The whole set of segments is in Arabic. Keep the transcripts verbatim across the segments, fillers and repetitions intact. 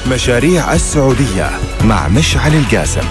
مشاريع السعودية مع مشعل القاسم.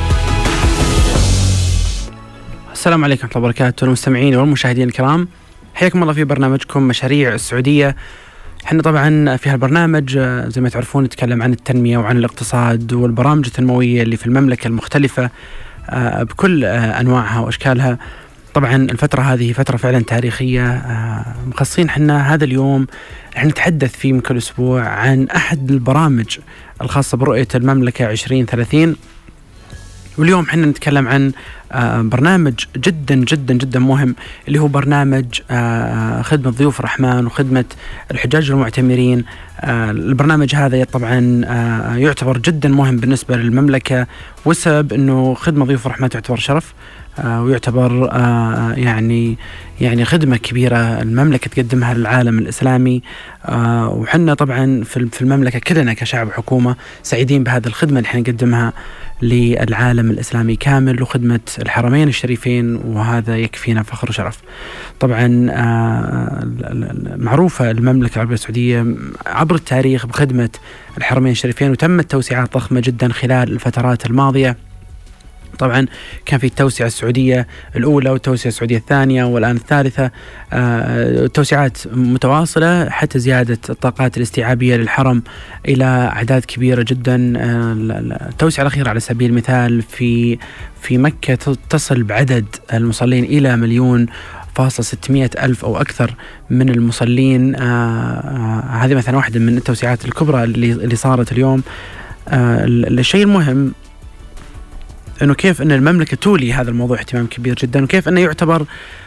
السلام عليكم ورحمة الله وبركاته المستمعين والمشاهدين الكرام، حياكم الله في برنامجكم مشاريع السعودية. احنا طبعا في هالبرنامج زي ما تعرفون نتكلم عن التنمية وعن الاقتصاد والبرامج التنموية اللي في المملكة المختلفة بكل أنواعها وأشكالها. طبعا الفترة هذه فترة فعلا تاريخية، مخصصين حنا هذا اليوم احنا نتحدث فيه من كل أسبوع عن أحد البرامج الخاصة برؤية المملكة عشرين ثلاثين، واليوم حنا نتكلم عن برنامج جدا جدا جدا مهم اللي هو برنامج خدمة ضيوف الرحمن وخدمة الحجاج والمعتمرين. البرنامج هذا طبعا يعتبر جدا مهم بالنسبة للمملكة، والسبب أنه خدمة ضيوف الرحمن تعتبر شرف ويعتبر يعني يعني خدمة كبيرة المملكة تقدمها للعالم الإسلامي، وحنا طبعا في المملكة كلنا كشعب وحكومة سعيدين بهذه الخدمة اللي احنا نقدمها للعالم الإسلامي كامل وخدمة الحرمين الشريفين، وهذا يكفينا فخر وشرف. طبعا معروفة المملكة العربية السعودية عبر التاريخ بخدمة الحرمين الشريفين، وتمت توسعات ضخمة جدا خلال الفترات الماضية. طبعا كان في التوسعة السعودية الأولى والتوسعة السعودية الثانية والآن الثالثة، آه، توسعات متواصلة حتى زيادة الطاقات الاستيعابية للحرم إلى أعداد كبيرة جدا. آه، التوسعة الأخيرة على سبيل المثال في في مكة تصل بعدد المصلين إلى مليون فاصل ستمائة ألف أو أكثر من المصلين. آه، آه، هذه مثلا واحدة من التوسعات الكبرى اللي اللي صارت اليوم. آه، الشيء المهم أنه كيف أن المملكة تولي هذا الموضوع اهتمام كبير جدا، وكيف أنه يعتبر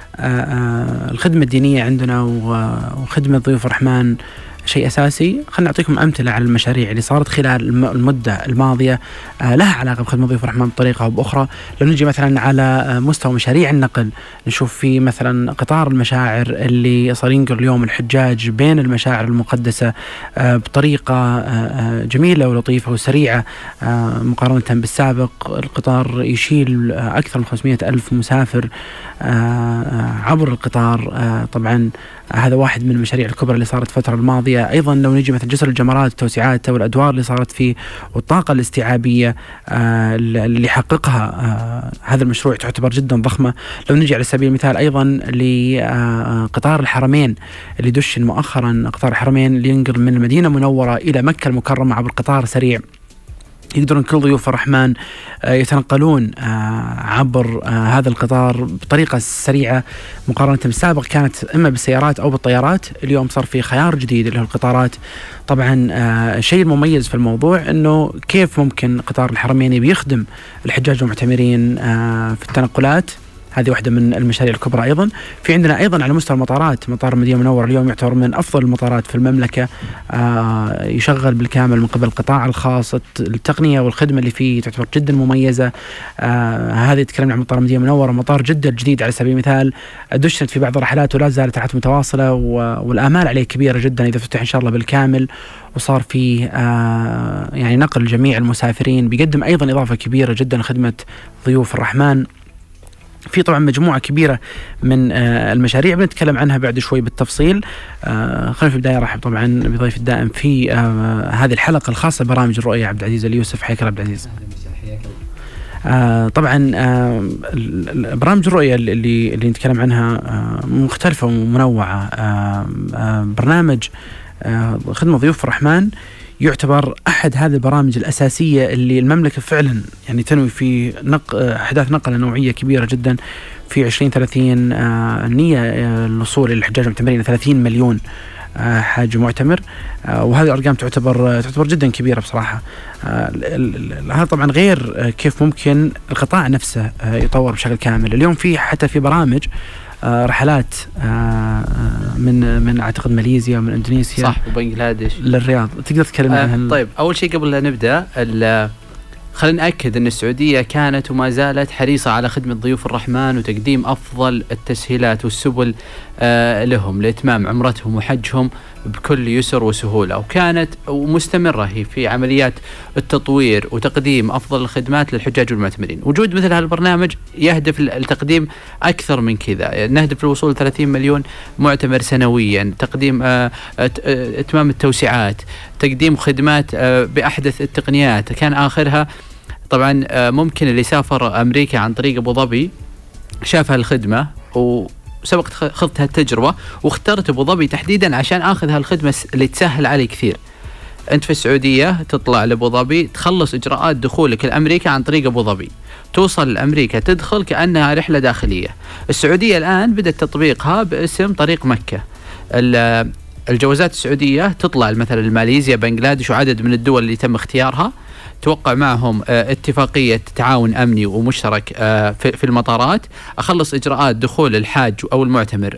الخدمة الدينية عندنا وخدمة ضيوف الرحمن شيء أساسي. خلنا نعطيكم أمثلة على المشاريع اللي صارت خلال المدة الماضية لها علاقة بخدمة ضيوف الرحمن بطريقة أو بأخرى. لو نجي مثلا على مستوى مشاريع النقل، نشوف في مثلا قطار المشاعر اللي صار ينقل اليوم الحجاج بين المشاعر المقدسة بطريقة جميلة ولطيفة وسريعة مقارنة بالسابق. القطار يشيل أكثر من خمسمائة ألف مسافر عبر القطار. طبعا هذا واحد من المشاريع الكبرى اللي صارت الفترة الماضية. أيضا لو نجي مثل جسر الجمرات توسعاته والأدوار اللي صارت فيه والطاقة الاستيعابية اللي يحققها هذا المشروع تعتبر جدا ضخمة. لو نجي على سبيل المثال أيضا لقطار الحرمين اللي دش مؤخرا، قطار الحرمين اللي ينقل من المدينة المنورة إلى مكة المكرمة عبر قطار سريع، يقدرون كل ضيوف الرحمن يتنقلون عبر هذا القطار بطريقة سريعة مقارنة بالسابق كانت إما بالسيارات أو بالطيارات. اليوم صار في خيار جديد اللي هو القطارات. طبعا الشيء المميز في الموضوع أنه كيف ممكن قطار الحرمين بيخدم الحجاج والمعتمرين في التنقلات. هذه واحدة من المشاريع الكبرى. أيضا في عندنا أيضا على مستوى المطارات، مطار المدينة المنورة اليوم يعتبر من أفضل المطارات في المملكة، آه يشغل بالكامل من قبل القطاع الخاص. التقنية والخدمة اللي فيه تعتبر جدا مميزة. آه هذه تكلمنا عن مطار المدينة المنورة. مطار جدة الجديد على سبيل المثال دشت في بعض الرحلات ولا زالت رحلات متواصلة، والآمال عليه كبيرة جدا إذا فتح إن شاء الله بالكامل وصار فيه آه يعني نقل جميع المسافرين. بيقدم أيضا إضافة كبيرة جدا لخدمة ضيوف الرحمن. في طبعا مجموعة كبيرة من آه المشاريع بنتكلم عنها بعد شوي بالتفصيل. آه خلينا في البداية رحب طبعا بضيف الدائم في آه هذه الحلقة الخاصة برامج الرؤية عبد العزيز اليوسف. حياك عبد العزيز. آه طبعا آه برامج الرؤية اللي اللي نتكلم عنها آه مختلفة ومنوعة. آه آه برنامج آه خدمة ضيوف الرحمن يعتبر أحد هذه البرامج الأساسية اللي المملكة فعلا يعني تنوي في نق... أحداث نقلة نوعية كبيرة جدا في عشرين ثلاثين. آه النية آه الوصول إلى الحجاج المعتمرين ثلاثين مليون آه حاج معتمر، آه وهذه الأرقام تعتبر تعتبر جدا كبيرة بصراحة. آه هذا طبعا غير آه كيف ممكن القطاع نفسه آه يطور بشكل كامل. اليوم في حتى في برامج آه رحلات آه من من اعتقد ماليزيا ومن اندونيسيا صح وبنغلاديش للرياض. تقدر تتكلم آه عن طيب اول شيء قبل لا نبدا خلينا نأكد أن السعودية كانت وما زالت حريصة على خدمة ضيوف الرحمن وتقديم أفضل التسهيلات والسبل آه لهم لإتمام عمرتهم وحجهم بكل يسر وسهولة، وكانت ومستمرة هي في عمليات التطوير وتقديم أفضل الخدمات للحجاج والمعتمرين. وجود مثل هذا البرنامج يهدف لتقديم أكثر من كذا، نهدف للوصول ثلاثين مليون معتمر سنويا، تقديم إتمام التوسعات، تقديم خدمات بأحدث التقنيات. كان آخرها طبعا ممكن اللي سافر أمريكا عن طريق أبو ظبي شاف هالخدمة وسبقت خذت هالتجربة واخترت أبو ظبي تحديدا عشان أخذ هالخدمة اللي تسهل علي كثير. أنت في السعودية تطلع لأبو ظبي، تخلص إجراءات دخولك لأمريكا عن طريق أبو ظبي، توصل لأمريكا تدخل كأنها رحلة داخلية. السعودية الآن بدأت تطبيقها باسم طريق مكة. الجوازات السعودية تطلع مثلا لماليزيا، بنغلاديش وعدد من الدول اللي تم اختيارها، توقع معهم اتفاقية تعاون أمني ومشترك في المطارات، أخلص إجراءات دخول الحاج أو المعتمر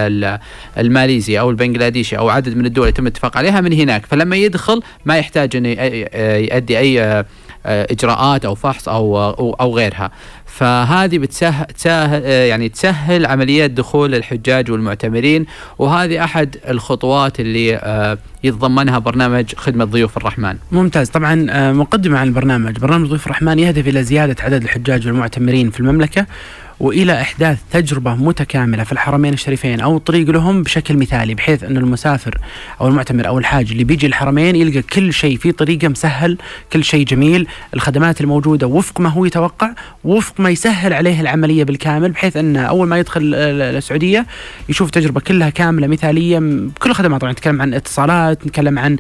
الماليزي أو البنغلاديشي أو عدد من الدول يتم اتفاق عليها من هناك، فلما يدخل ما يحتاج أن يؤدي أي إجراءات أو فحص أو أو غيرها. فهذه بتسهل تسهل يعني تسهل عمليات دخول الحجاج والمعتمرين، وهذه أحد الخطوات اللي يتضمنها برنامج خدمة ضيوف الرحمن. ممتاز. طبعا مقدمة عن البرنامج، برنامج ضيوف الرحمن يهدف إلى زيادة عدد الحجاج والمعتمرين في المملكة، وإلى إحداث تجربة متكاملة في الحرمين الشريفين أو الطريق لهم بشكل مثالي، بحيث أن المسافر أو المعتمر أو الحاج اللي بيجي الحرمين يلقى كل شيء في طريقة مسهل، كل شيء جميل، الخدمات الموجودة وفق ما هو يتوقع، وفق ما يسهل عليه العملية بالكامل، بحيث أن أول ما يدخل السعودية يشوف تجربة كلها كاملة مثالية بكل الخدمات. طبعا نتكلم عن اتصالات، نتكلم عن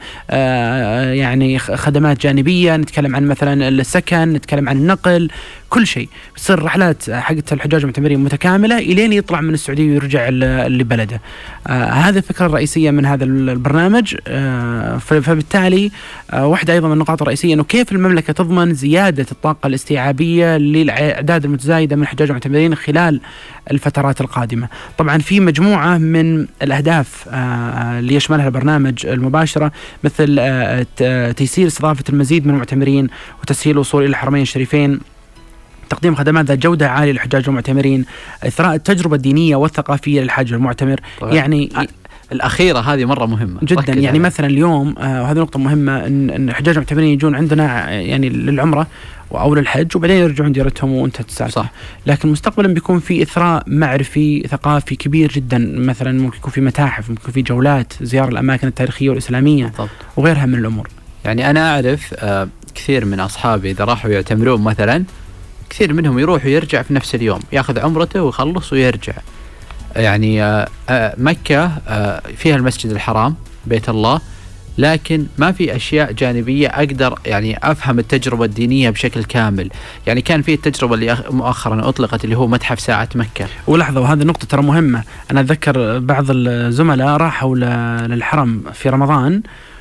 آه يعني خدمات جانبية، نتكلم عن مثلا السكن، نتكلم عن النقل، كل شيء. بتصير رحلات حقت الحجاج والمعتمرين متكاملة إلين يطلع من السعودية ويرجع لبلده. آه هذه الفكرة الرئيسية من هذا البرنامج. آه فبالتالي آه واحدة أيضا من النقاط الرئيسية أنه كيف المملكة تضمن زيادة الطاقة الاستيعابية للأعداد المتزايدة من الحجاج والمعتمرين خلال الفترات القادمة. طبعا في مجموعة من الأهداف آه اللي يشملها البرنامج المباشرة، مثل آه تيسير استضافة المزيد من المعتمرين وتسهيل الوصول إلى الحرمين الشريفين، تقديم خدمات ذات جودة عالية للحجاج والمعتمرين، إثراء التجربة الدينية والثقافية للحاج والمعتمر. طبعا. يعني الأخيرة هذه مرة مهمة جدا. يعني مثلا اليوم آه وهذه نقطة مهمة، إن, إن الحجاج والمعتمرين يجون عندنا يعني للعمرة أو للحج وبعدين يرجعون ديارتهم وانتهت السالفة. لكن مستقبلا بيكون في إثراء معرفي ثقافي كبير جدا، مثلا ممكن يكون في متاحف، ممكن يكون في جولات زيارة الأماكن التاريخية والإسلامية. طب. وغيرها من الأمور. يعني أنا أعرف آه كثير من أصحابي إذا راحوا يعتمرون مثلا، كثير منهم يروح ويرجع في نفس اليوم، ياخذ عمرته ويخلص ويرجع. يعني آآ آآ مكة فيها المسجد الحرام بيت الله، لكن ما في أشياء جانبية أقدر يعني أفهم التجربة الدينية بشكل كامل. يعني كان في التجربة اللي مؤخرا أطلقت اللي هو متحف ساعة مكة. ولحظة، وهذه النقطة ترى مهمة. أنا أتذكر بعض الزملاء راحوا للحرم في رمضان،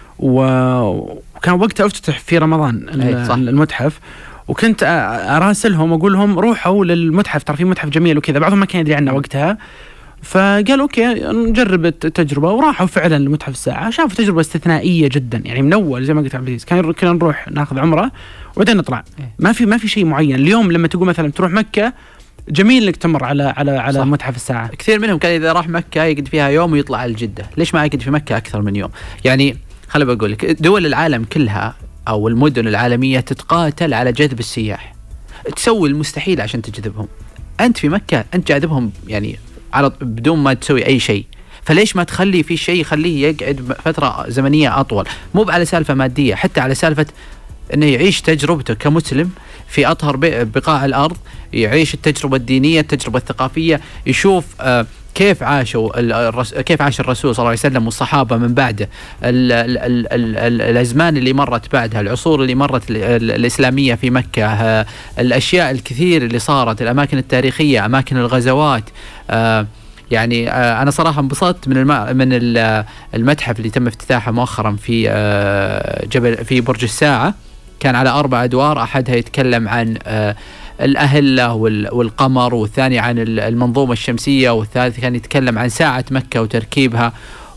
وكان وقتها افتتح في رمضان المتحف، وكنت أراسلهم وأقول لهم روحوا للمتحف، ترى في متحف جميل وكذا. بعضهم ما كان يدري عنه وقتها، فقال أوكي نجرب التجربة، وراحوا فعلا لمتحف الساعة، شافوا تجربة استثنائية جدا. يعني من أول زي ما قلت عبد العزيز كان كنا نروح ناخذ عمرة وبعدين نطلع، ما في ما في شيء معين. اليوم لما تقول مثلا تروح مكة، جميل انك تمر على على على صح. متحف الساعة. كثير منهم كان إذا راح مكة يقعد فيها يوم ويطلع على جدة، ليش ما يقعد في مكة أكثر من يوم؟ يعني خلي بقول لك، دول العالم كلها أو المدن العالمية تتقاتل على جذب السياح، تسوي المستحيل عشان تجذبهم. أنت في مكة أنت جاذبهم يعني على بدون ما تسوي أي شيء، فليش ما تخلي في شيء يخليه يقعد فترة زمنية أطول؟ مو على سالفة مادية، حتى على سالفة أنه يعيش تجربته كمسلم في أطهر بقاع الأرض، يعيش التجربة الدينية، التجربة الثقافية، يشوف آه كيف عاشوا الرس... كيف عاش الرسول صلى الله عليه وسلم والصحابة من بعده، ال... ال... ال... ال... الأزمان اللي مرت بعدها، العصور اللي مرت ال... الإسلامية في مكة، الأشياء الكثير اللي صارت، الأماكن التاريخية، أماكن الغزوات. آه يعني آه أنا صراحة انبسطت من الم... من المتحف اللي تم افتتاحه مؤخرا في آه جبل في برج الساعة، كان على أربع أدوار، أحدها يتكلم عن آه الأهلة والقمر، والثاني عن المنظومة الشمسية، والثالث كان يتكلم عن ساعة مكة وتركيبها.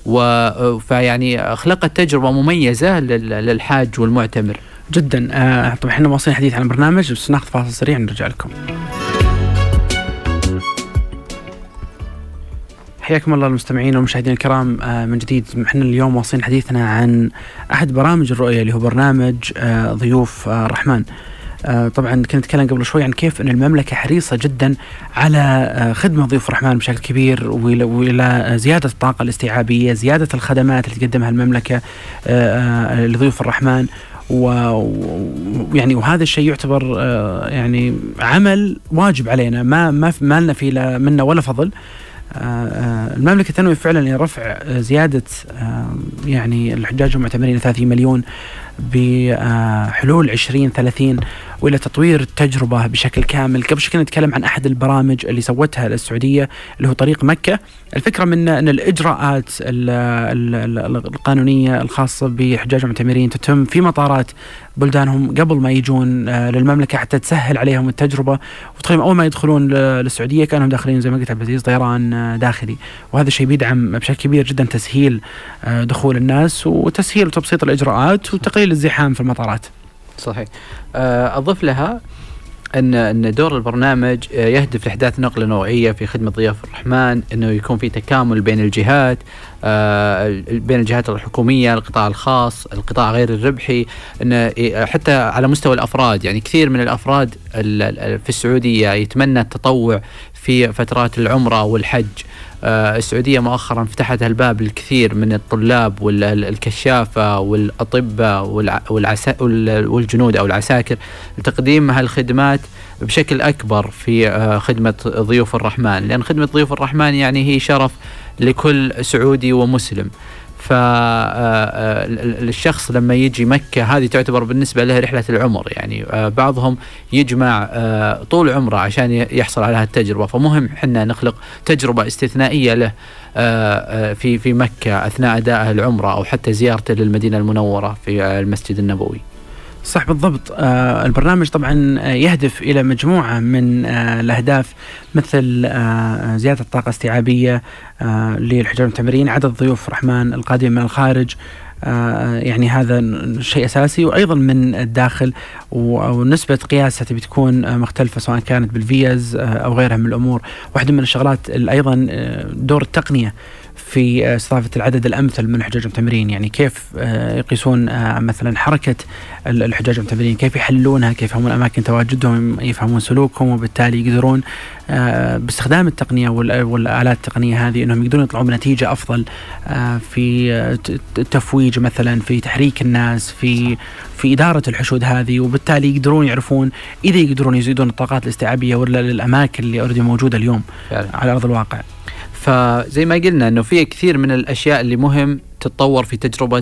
وفيعني خلقت تجربة مميزة للحاج والمعتمر جدا. آه طبعا احنا واصلين حديث عن البرنامج، بس ناخذ فاصل سريع نرجع لكم. حياكم الله المستمعين والمشاهدين الكرام من جديد. احنا اليوم واصلين حديثنا عن أحد برامج الرؤية اللي هو برنامج ضيوف الرحمن. طبعا كنت نتكلم قبل شوي عن كيف أن المملكة حريصة جدا على خدمة ضيوف الرحمن بشكل كبير، وإلى زيادة الطاقة الاستيعابية، زيادة الخدمات اللي تقدمها المملكة لضيوف الرحمن، ويعني وهذا الشيء يعتبر يعني عمل واجب علينا، ما ما ما لنا فيه منا ولا فضل. المملكة تنوي فعلا إلى رفع زيادة يعني الحجاج والمعتمرين ثلاثين مليون بحلول عشرين ثلاثين، وإلى تطوير التجربة بشكل كامل. قبل شوي كنا نتكلم عن أحد البرامج اللي سوتها السعودية اللي هو طريق مكة. الفكرة من أن الإجراءات القانونية الخاصة بحجاج والمعتمرين تتم في مطارات بلدانهم قبل ما يجون للمملكة، حتى تسهل عليهم التجربة، وتخليهم أول ما يدخلون للسعودية كانهم داخلين زي ما قلت عبد العزيز طيران داخلي. وهذا الشيء بيدعم بشكل كبير جدا تسهيل دخول الناس وتسهيل وتبسيط الإجراءات وتقليل الزحام في المطارات. صحيح. أضف لها أن أن دور البرنامج يهدف لإحداث نقلة نوعية في خدمة ضيوف الرحمن، أنه يكون في تكامل بين الجهات، بين الجهات الحكومية، القطاع الخاص، القطاع غير الربحي، أن حتى على مستوى الأفراد. يعني كثير من الأفراد في السعودية يتمنى التطوع في فترات العمرة والحج. السعودية مؤخرا فتحت الباب للكثير من الطلاب والكشافة والأطباء والجنود أو العساكر لتقديم هالخدمات بشكل أكبر في خدمة ضيوف الرحمن، لأن خدمة ضيوف الرحمن يعني هي شرف لكل سعودي ومسلم. فالشخص لما يجي مكة هذه تعتبر بالنسبة له رحلة العمر، يعني بعضهم يجمع طول عمره عشان يحصل على هالتجربة. فمهم حنا نخلق تجربة استثنائية له في في مكة أثناء أداء العمرة أو حتى زيارته للمدينة المنورة في المسجد النبوي. صح بالضبط. آه البرنامج طبعا يهدف إلى مجموعة من آه الأهداف، مثل آه زيادة الطاقة الاستيعابية آه للحجاج والمعتمرين، عدد ضيوف الرحمن القادم من الخارج، آه يعني هذا شيء أساسي، وأيضا من الداخل، ونسبة قياسها بتكون مختلفة سواء كانت بالفيز آه أو غيرها من الأمور. واحدة من الشغلات أيضا دور التقنية في استضافة العدد الأمثل من الحجاج والمعتمرين، يعني كيف يقيسون مثلا حركة الحجاج والمعتمرين، كيف يحلونها، كيف يفهمون أماكن تواجدهم، يفهمون سلوكهم، وبالتالي يقدرون باستخدام التقنية والآلات التقنية هذه أنهم يقدرون يطلعون بنتيجة أفضل في التفويج مثلا، في تحريك الناس، في في إدارة الحشود هذه، وبالتالي يقدرون يعرفون إذا يقدرون يزيدون الطاقات الاستيعابية ولا للأماكن اللي أوريدي موجودة اليوم يعني على أرض الواقع. فزي ما قلنا أنه في كثير من الأشياء اللي مهم تتطور في تجربة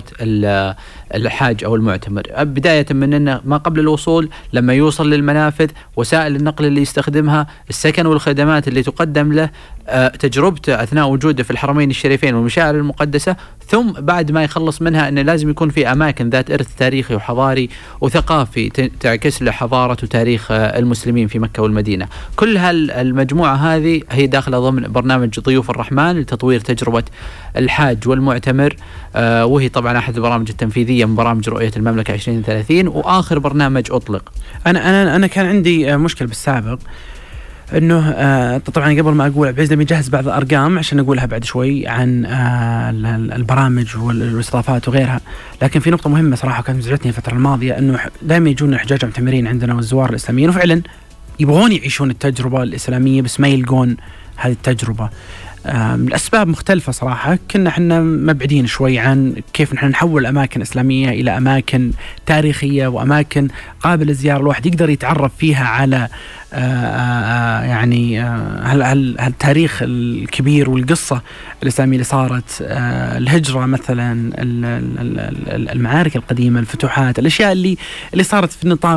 الحاج أو المعتمر، بداية من أنه ما قبل الوصول، لما يوصل للمنافذ، وسائل النقل اللي يستخدمها، السكن والخدمات اللي تقدم له، تجربته أثناء وجوده في الحرمين الشريفين والمشاعر المقدسة، ثم بعد ما يخلص منها أنه لازم يكون في أماكن ذات إرث تاريخي وحضاري وثقافي تعكس له حضارة وتاريخ المسلمين في مكة والمدينة. كل هالمجموعة هذه هي داخلة ضمن برنامج ضيوف الرحمن لتطوير تجربة الحاج والمعتمر، آه وهي طبعا أحد البرامج التنفيذية من برامج رؤية المملكة عشرين ثلاثين، وآخر برنامج أطلق. أنا أنا أنا كان عندي مشكلة بالسابق انه آه طبعا قبل ما اقول عبد العزيز بيجهز بعض الارقام عشان اقولها بعد شوي عن آه البرامج والاستضافات وغيرها، لكن في نقطه مهمه صراحه كانت مزعجتني الفتره الماضيه، انه دائما يجون الحجاج المعتمرين عندنا والزوار الاسلاميين وفعلا يبغون يعيشون التجربه الاسلاميه بس ما يلقون هذه التجربه آه من الاسباب مختلفه. صراحه كنا احنا مبعدين شوي عن كيف نحن نحول اماكن اسلاميه الى اماكن تاريخيه واماكن قابله للزياره، الواحد يقدر يتعرف فيها على آآ آآ يعني هالتاريخ الكبير والقصة الإسلامية اللي صارت، الهجرة مثلا، المعارك القديمة، الفتوحات، الأشياء اللي اللي صارت في النطاق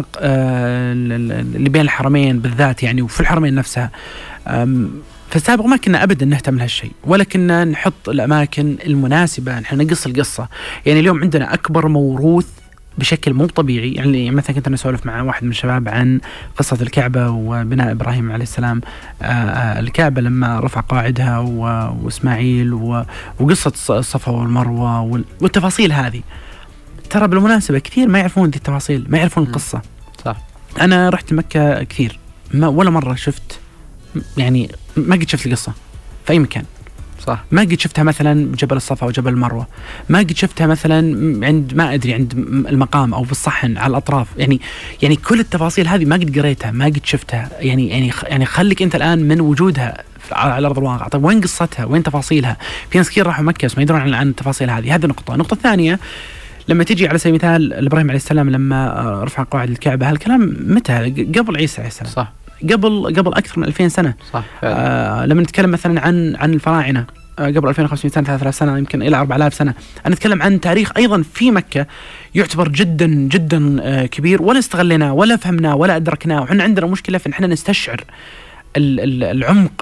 اللي بين الحرمين بالذات يعني، وفي الحرمين نفسها. في السابق ما كنا أبدا نهتم لهالشيء، ولا كنا نحط الأماكن المناسبة نحن نقص القصة. يعني اليوم عندنا أكبر موروث بشكل مو طبيعي، يعني مثلا كنت نسولف مع واحد من الشباب عن قصة الكعبة وبناء إبراهيم عليه السلام، الكعبة لما رفع قاعدها وإسماعيل وقصة الصفا والمروة والتفاصيل هذه. ترى بالمناسبة كثير ما يعرفون دي التفاصيل، ما يعرفون القصة. صح. أنا رحت مكة كثير، ما ولا مرة شفت، يعني ما قد شفت القصة في أي مكان. صح. ما قد شفتها مثلا جبل الصفا وجبل المروة، ما قد شفتها مثلا عند ما أدري عند المقام أو بالصحن على الأطراف. يعني يعني كل التفاصيل هذه ما قد قريتها، ما قد شفتها. يعني يعني يعني خليك أنت الآن من وجودها على أرض الواقع. طيب وين قصتها؟ وين تفاصيلها؟ في ناس كثير راحوا مكة بس ما يدرون عن عن التفاصيل هذه. هذه نقطة. النقطة الثانية، لما تجي على سبيل المثال إبراهيم عليه السلام لما رفع قواعد الكعبة، هالكلام متى؟ قبل عيسى عليه السلام. صح. قبل قبل أكثر من ألفين سنة. صح. آه لما نتكلم مثلا عن عن الفراعنة آه قبل ألفين وخمسمائة سنة، ثلاثة آلاف سنة، يمكن إلى أربعة آلاف سنة. أنا أتكلم عن تاريخ أيضا في مكة يعتبر جدا جدا آه كبير، ولا استغلناه ولا فهمناه ولا أدركناه. وحنا عندنا مشكلة في إن إحنا نستشعر العمق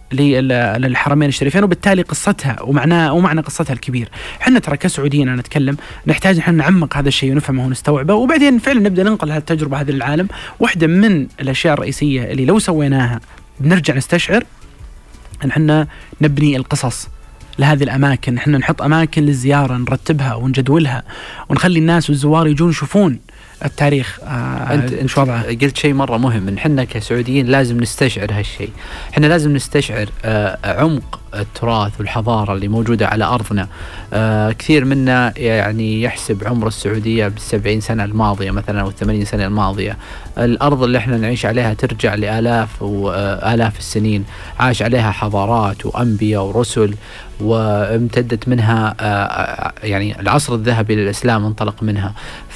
للحرمين الشريفين وبالتالي قصتها ومعنى ومعنى قصتها الكبير. احنا ترى كسعوديين انا اتكلم نحتاج احنا نعمق هذا الشيء ونفهمه ونستوعبه، وبعدين فعلا نبدا ننقل هالتجربه هذه للعالم. واحده من الاشياء الرئيسيه اللي لو سويناها بنرجع نستشعر ان احنا نبني القصص لهذه الاماكن. احنا نحط اماكن للزياره، نرتبها ونجدولها ونخلي الناس والزوار يجون يشوفون التاريخ. آه انت انت قلت شيء مره مهم، ان احنا كسعوديين لازم نستشعر هالشيء. احنا لازم نستشعر آه عمق التراث والحضاره اللي موجوده على ارضنا. آه كثير منا يعني يحسب عمر السعوديه بالسبعين سنه الماضيه مثلا او الثمانين سنه الماضيه. الارض اللي احنا نعيش عليها ترجع لالاف والاف السنين، عاش عليها حضارات وانبياء ورسل، وامتدت منها آه يعني العصر الذهبي للاسلام انطلق منها.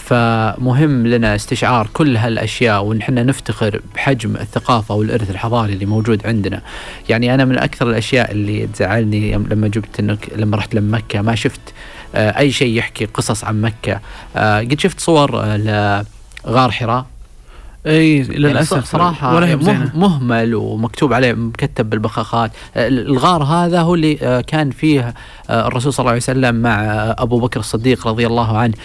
فمهم لنا استشعار كل هالأشياء، ونحن نفتخر بحجم الثقافة والإرث الحضاري اللي موجود عندنا. يعني أنا من أكثر الأشياء اللي تزعلني لما جبت إنك لما رحت لمكة ما شفت آه أي شيء يحكي قصص عن مكة. آه قد شفت صور آه لغار حراء. اي للاسف يعني صراحه مهمل ومكتوب عليه مكتب بالبخاخات. الغار هذا هو اللي كان فيه الرسول صلى الله عليه وسلم مع ابو بكر الصديق رضي الله عنه.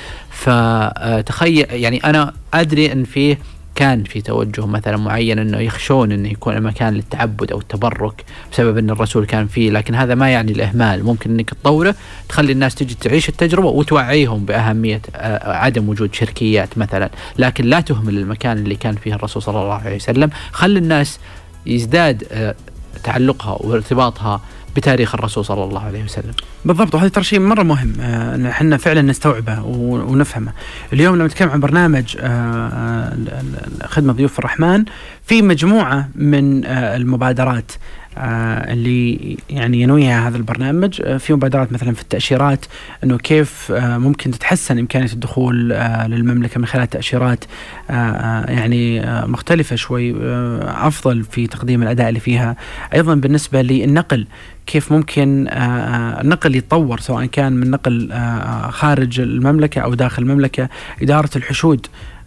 فتخيل يعني انا ادري ان فيه كان في توجه مثلا معين انه يخشون انه يكون مكان للتعبد او التبرك بسبب ان الرسول كان فيه، لكن هذا ما يعني الاهمال. ممكن انك تطوره، تخلي الناس تجي تعيش التجربه وتوعيهم باهميه عدم وجود شركيات مثلا، لكن لا تهمل المكان اللي كان فيه الرسول صلى الله عليه وسلم. خلي الناس يزداد تعلقها وارتباطها بتاريخ الرسول صلى الله عليه وسلم. بالضبط. وهذا ترى شيء مرة مهم ان آه احنا فعلا نستوعبه ونفهمه. اليوم لما نتكلم عن برنامج آه خدمة ضيوف الرحمن، في مجموعة من آه المبادرات آه اللي يعني ينويها هذا البرنامج. آه في مبادرات مثلا في التأشيرات، انه كيف آه ممكن تتحسن امكانية الدخول آه للمملكة من خلال تأشيرات آه يعني آه مختلفة شوي، آه افضل في تقديم الاداء اللي فيها. ايضا بالنسبة للنقل، كيف ممكن آه النقل يتطور، سواء كان من نقل آه خارج المملكة أو داخل المملكة. إدارة الحشود،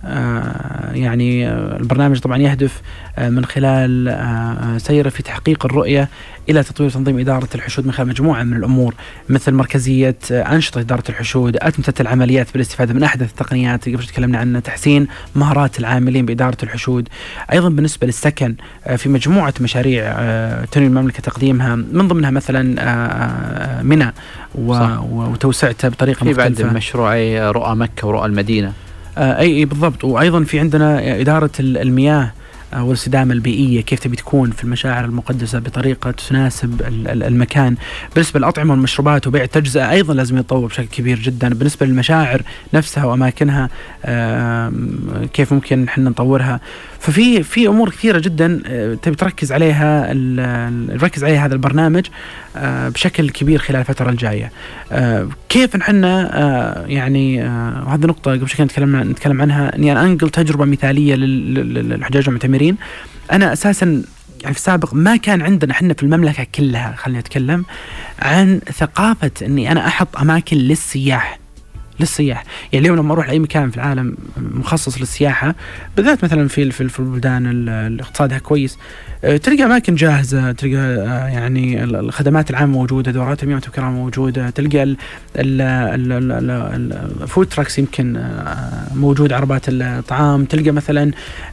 آه يعني آه البرنامج طبعا يهدف آه من خلال آه سيره في تحقيق الرؤية إلى تطوير تنظيم إدارة الحشود من خلال مجموعة من الأمور، مثل مركزية آه أنشطة إدارة الحشود، أتمتة العمليات بالاستفادة من أحدث التقنيات قبل تكلمنا عنها، تحسين مهارات العاملين بإدارة الحشود. أيضا بالنسبة للسكن، آه في مجموعة مشاريع آه تنوي المملكة تقديمها، من ضمنها مثلا آه منى وتوسعتها بطريقة مختلفة. في بعد مشروعي رؤى مكة ورؤى المدينة. آه أي, أي بالضبط. وأيضا في عندنا إدارة المياه والاستدامة البيئية، كيف تبي تكون في المشاعر المقدسة بطريقة تناسب المكان. بالنسبة للأطعمة والمشروبات وبيع التجزئة أيضا لازم يتطور بشكل كبير جدا. بالنسبة للمشاعر نفسها وأماكنها، كيف ممكن نحن نطورها. ففي في أمور كثيرة جدا تبي تركز عليها نركز عليها هذا البرنامج بشكل كبير خلال الفترة الجاية. كيف نحن يعني وهذه نقطة قبل شوي نتكلم نتكلم عنها، إني أنا أنقل تجربة مثالية للحجاج والمعتمرين. أنا أساسا يعني في السابق ما كان عندنا حنا في المملكة كلها، خلينا نتكلم عن ثقافة إني أنا أحط أماكن للسياح للسياح. يعني اليوم لما أروح لأي مكان في العالم مخصص للسياحة، بالذات مثلا في في البلدان اللي اقتصادها كويس، تلقى أماكن جاهزة، تلقى يعني الخدمات العامة موجودة، دورات المياه والكرام موجودة، تلقى الفود تراكس يمكن موجود، عربات الطعام، تلقى مثلا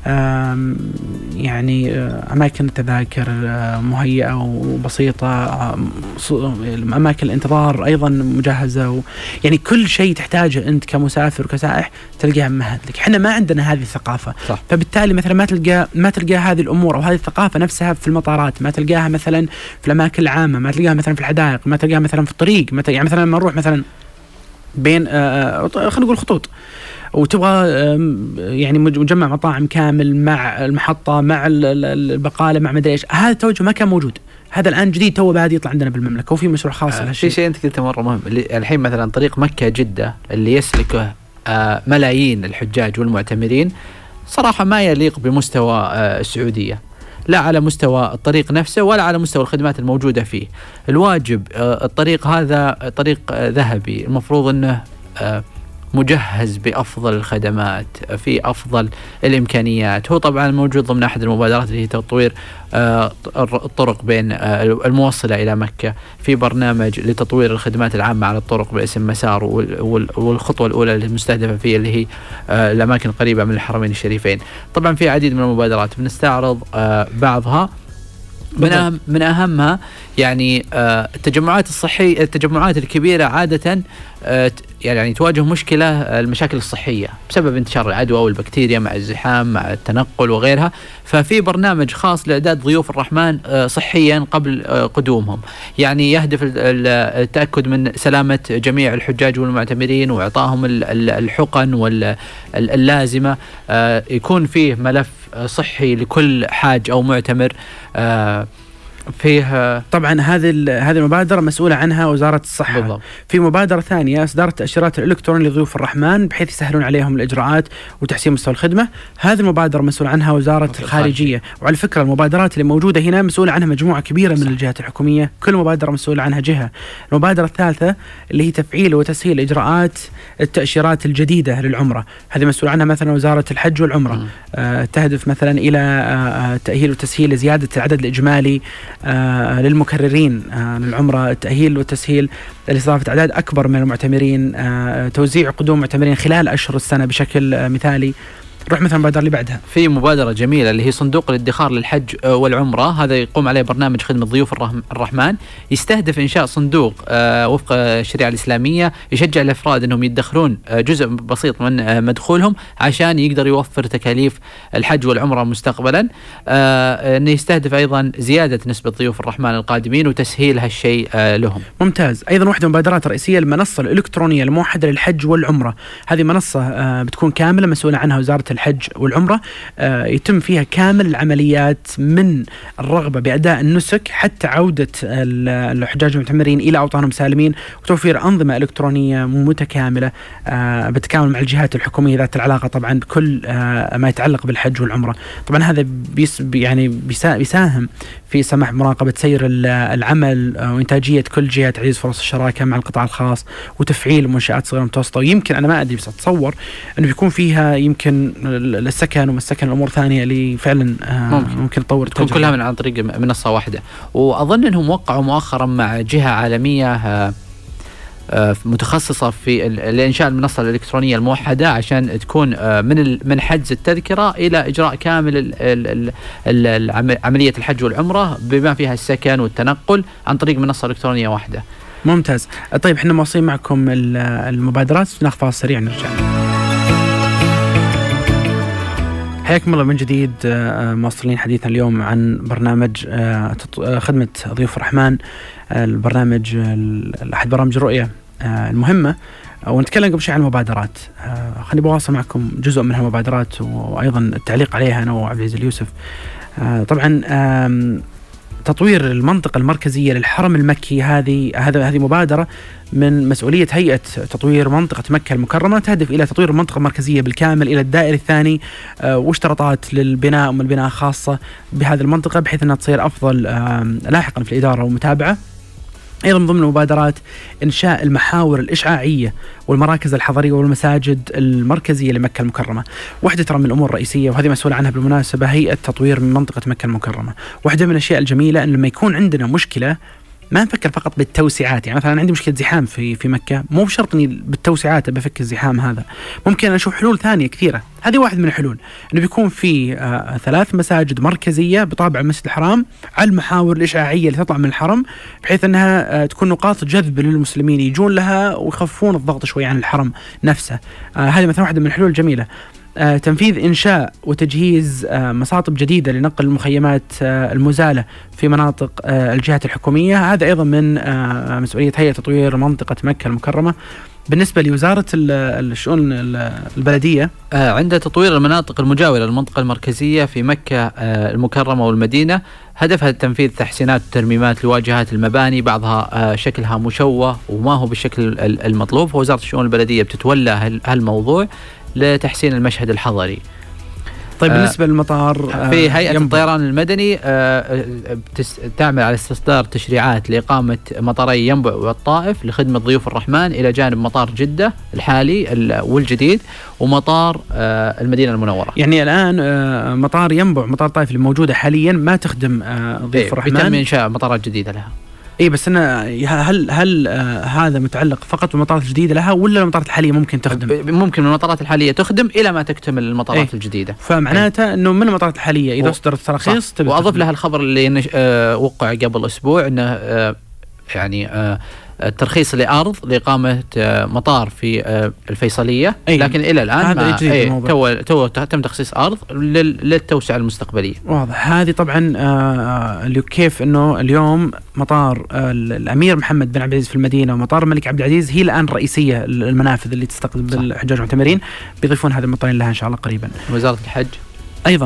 يعني أماكن التذاكر مهيئة وبسيطة، أماكن الانتظار أيضا مجهزة، يعني كل شيء تحتاج تحتاجه أنت كمسافر وكسائح تلقاها ممهد لك. إحنا ما عندنا هذه الثقافة، صح. فبالتالي مثلا ما تلقى ما تلقى هذه الأمور أو هذه الثقافة نفسها في المطارات، ما تلقاها مثلا في الأماكن العامة، ما تلقاها مثلا في الحدائق، ما تلقاها مثلا في الطريق. مثلا يعني مثلا لما نروح مثلا بين آه خلينا نقول خطوط وتبغى يعني مجمع مطاعم كامل مع المحطة مع البقالة مع مدري إيش، هذا التوجه ما كان موجود. هذا الآن جديد تو بعد يطلع عندنا بالمملكة وفي مشروع خاص آه لهالشيء. في شيء أنت قلته مرة مهم، الحين مثلا طريق مكة جدة اللي يسلكه آه ملايين الحجاج والمعتمرين صراحة ما يليق بمستوى آه السعودية، لا على مستوى الطريق نفسه ولا على مستوى الخدمات الموجودة فيه. الواجب آه الطريق هذا طريق آه ذهبي، المفروض أنه آه مجهز بأفضل الخدمات في أفضل الإمكانيات. هو طبعا موجود ضمن أحد المبادرات اللي هي تطوير آه الطرق بين آه الموصلة إلى مكة، في برنامج لتطوير الخدمات العامة على الطرق باسم مسار، والخطوة الأولى المستهدفة فيه اللي هي آه الأماكن القريبة من الحرمين الشريفين. طبعا في عديد من المبادرات بنستعرض آه بعضها. من أهم من أهمها يعني آه التجمعات الصحية، التجمعات الكبيرة عادة آه يعني تواجه مشكلة المشاكل الصحية بسبب انتشار العدوى والبكتيريا مع الزحام مع التنقل وغيرها. ففي برنامج خاص لإعداد ضيوف الرحمن آه صحيا قبل آه قدومهم، يعني يهدف التأكد من سلامة جميع الحجاج والمعتمرين وإعطائهم الحقن واللازمة. آه يكون فيه ملف صحي لكل حاج أو معتمر. آه فيه طبعا هذه هذه المبادرة مسؤولة عنها وزارة الصحة. بالضبط. في مبادرة ثانية إصدار التأشيرات الإلكترونية لضيوف الرحمن بحيث يسهلون عليهم الإجراءات وتحسين مستوى الخدمة. هذه المبادرة مسؤول عنها وزارة الخارجية. وعلى فكرة المبادرات اللي موجودة هنا مسؤولة عنها مجموعة كبيرة من الجهات الحكومية، كل مبادرة مسؤولة عنها جهة. المبادرة الثالثة اللي هي تفعيل وتسهيل إجراءات التأشيرات الجديدة للعمرة، هذه مسؤول عنها مثلا وزارة الحج والعمرة. آه تهدف مثلا إلى آه تأهيل وتسهيل زيادة العدد الإجمالي آه للمكررين آه للعمرة، التأهيل والتسهيل لإضافة أعداد أكبر من المعتمرين، آه توزيع قدوم معتمرين خلال أشهر السنة بشكل آه مثالي. نروح مثلا المبادرة اللي بعدها، في مبادرة جميلة اللي هي صندوق الادخار للحج والعمرة. هذا يقوم عليه برنامج خدمة ضيوف الرحمن، يستهدف إنشاء صندوق آه وفق الشريعة الإسلامية يشجع الأفراد أنهم يدخرون آه جزء بسيط من آه مدخولهم عشان يقدر يوفر تكاليف الحج والعمرة مستقبلا. آه أنه يستهدف أيضا زيادة نسبة ضيوف الرحمن القادمين وتسهيل هالشيء آه لهم. ممتاز. أيضا واحدة من المبادرات الرئيسية المنصة الإلكترونية الموحدة للحج والعمرة. هذه منصة آه بتكون كاملة مسؤولة عنها وزارة الحج والعمرة، آه يتم فيها كامل العمليات من الرغبة بأداء النسك حتى عودة الحجاج المعتمرين إلى أوطانهم سالمين، وتوفير أنظمة إلكترونية متكاملة آه بالتكامل مع الجهات الحكومية ذات العلاقة طبعا بكل آه ما يتعلق بالحج والعمرة. طبعا هذا بيس يعني بيساهم في سماح مراقبة سير العمل وإنتاجية كل جهة، تعزيز فرص الشراكة مع القطاع الخاص وتفعيل منشآت صغيرة ومتوسطة. ويمكن أنا ما أدري بس أتصور أنه بيكون فيها يمكن السكن ومسكن الأمور ثانية اللي فعلا ممكن, ممكن تطور تكون كلها من عن طريق منصة واحدة. وأظن أنهم وقعوا مؤخرا مع جهة عالمية متخصصة في الإنشاء المنصة الإلكترونية الموحدة عشان تكون من من حجز التذكرة إلى إجراء كامل عملية الحج والعمرة بما فيها السكن والتنقل عن طريق منصة إلكترونية واحدة. ممتاز. طيب احنا مواصلين معكم المبادرات، ناخذ فاصل سريع نرجع. حياكم الله من جديد، مواصلين حديثنا اليوم عن برنامج خدمة ضيوف الرحمن، البرنامج أحد برامج الرؤية المهمة، ونتكلم قبل شيء عن المبادرات. خليني بواصل معكم جزء من هالمبادرات وأيضا التعليق عليها أنا وعبد العزيز اليوسف. طبعا تطوير المنطقة المركزية للحرم المكي، هذه هذا هذه مبادرة من مسؤولية هيئة تطوير منطقة مكة المكرمة، تهدف إلى تطوير المنطقة المركزية بالكامل إلى الدائري الثاني، واشتراطات للبناء ومن البناء خاصة بهذه المنطقة بحيث أنها تصير أفضل لاحقا في الإدارة والمتابعة. أيضا من ضمن المبادرات إنشاء المحاور الإشعاعية والمراكز الحضرية والمساجد المركزية لمكة المكرمة. واحدة ترى من الأمور الرئيسية وهذه مسؤولة عنها بالمناسبة هيئة تطوير من منطقة مكة المكرمة. واحدة من الأشياء الجميلة أن لما يكون عندنا مشكلة ما نفكر فقط بالتوسعات. يعني مثلا عندي مشكلة زحام في في مكة، مو بشرط اني بالتوسعات بفك الزحام هذا، ممكن اشوف حلول ثانية كثيرة. هذه واحد من الحلول، انه بيكون في آه ثلاث مساجد مركزية بطابع المسجد الحرام على المحاور الإشعاعية اللي تطلع من الحرم، بحيث انها آه تكون نقاط جذب للمسلمين يجون لها ويخففون الضغط شوي عن الحرم نفسه. آه هذه مثلا واحدة من الحلول الجميلة. آه تنفيذ إنشاء وتجهيز آه مصاطب جديدة لنقل المخيمات آه المزالة في مناطق آه الجهات الحكومية، هذا أيضا من آه مسؤولية هيئة تطوير منطقة مكة المكرمة. بالنسبة لوزارة الشؤون البلدية، آه عند تطوير المناطق المجاورة للمنطقة المركزية في مكة آه المكرمة والمدينة، هدفها تنفيذ تحسينات وترميمات لواجهات المباني، بعضها آه شكلها مشوه وما هو بالشكل المطلوب. ووزارة الشؤون البلدية بتتولى هالموضوع لتحسين المشهد الحضري. طيب بالنسبة للمطار، آه في هيئة ينبغ. الطيران المدني آه تعمل على استصدار تشريعات لإقامة مطاري ينبع والطائف لخدمة ضيوف الرحمن، إلى جانب مطار جدة الحالي والجديد ومطار آه المدينة المنورة. يعني الآن آه مطار ينبع مطار طائف اللي موجودة حاليا ما تخدم آه ضيوف إيه الرحمن، بيتم إنشاء مطارات جديدة لها. اي بس انا هل هل آه هذا متعلق فقط بالمطارات الجديده لها، ولا المطارات الحاليه ممكن تخدم؟ ممكن المطارات الحاليه تخدم الى ما تكتمل المطارات إيه؟ الجديده. فمعناته انه من المطارات الحاليه اذا اصدرت تراخيص. واضف لها الخبر اللي نش... آه وقع قبل اسبوع انه آه يعني آه الترخيص لأرض لإقامة مطار في الفيصلية، لكن إلى الآن ما أي تو تو تم تخصيص أرض للتوسعة المستقبلية. واضح. هذه طبعا آه كيف إنه اليوم مطار آه الأمير محمد بن عبد العزيز في المدينة ومطار الملك عبد العزيز هي الآن رئيسية المنافذ اللي تستقبل الحجاج والمعتمرين، بيضيفون هذه المطارين لها إن شاء الله قريبا. وزارة الحج أيضا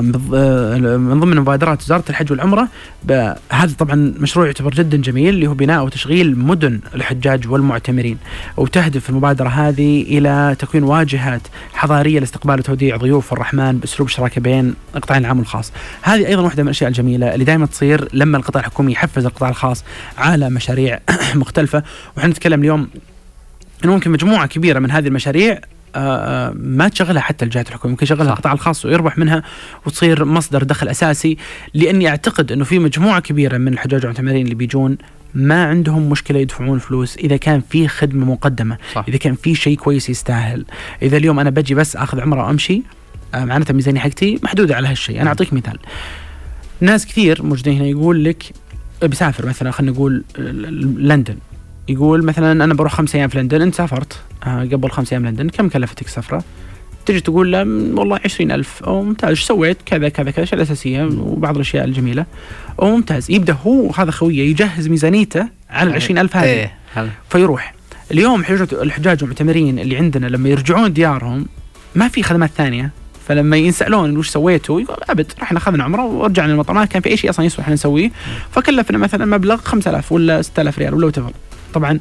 من ضمن مبادرات وزارة الحج والعمرة، هذا طبعا مشروع يعتبر جدا جميل اللي هو بناء وتشغيل مدن الحجاج والمعتمرين، وتهدف المبادرة هذه إلى تكوين واجهات حضارية لاستقبال وتوديع ضيوف الرحمن بأسلوب شراكة بين القطاع العام والخاص. هذه أيضا واحدة من الأشياء الجميلة اللي دائما تصير لما القطاع الحكومي يحفز القطاع الخاص على مشاريع مختلفة. ونحن نتكلم اليوم إنه ممكن مجموعة كبيرة من هذه المشاريع آه ما تشغلها حتى الجهات الحكومية، ممكن يشغلها القطاع الخاص ويربح منها وتصير مصدر دخل أساسي. لأني أعتقد أنه في مجموعة كبيرة من الحجاج والمعتمرين اللي بيجون ما عندهم مشكلة يدفعون فلوس إذا كان في خدمة مقدمة، صح. إذا كان في شيء كويس يستاهل. إذا اليوم أنا بجي بس أخذ عمرة وأمشي، آه معناتها الميزانية حقتي محدودة على هالشيء. أنا أعطيك مثال، ناس كثير موجودين هنا يقول لك بسافر مثلا، خلينا نقول لندن، يقول مثلا أنا بروح خمسة أيام في لندن، أنت سافرت آه قبل خمسة أيام لندن، كم كلفتك السفرة؟ تجي تقول له والله عشرين ألف. أو ممتاز، إيش سويت؟ كذا كذا كذا، الأشياء الأساسية وبعض الأشياء الجميلة. أو ممتاز، يبدأ هو هذا خويه يجهز ميزانيته على العشرين ألف هذه. إيه. فيروح اليوم الحجاج والمعتمرين اللي عندنا لما يرجعون ديارهم ما في خدمات ثانية، فلما ينسألون وش سويتوا يقول أبد، رحنا أخذنا عمرة ورجعنا المطار، ما كان في أي شيء أصلا يسوى إحنا نسويه، فكلفنا مثلا مبلغ خمسة آلاف ولا ستة آلاف ريال ولا وتفضل. طبعا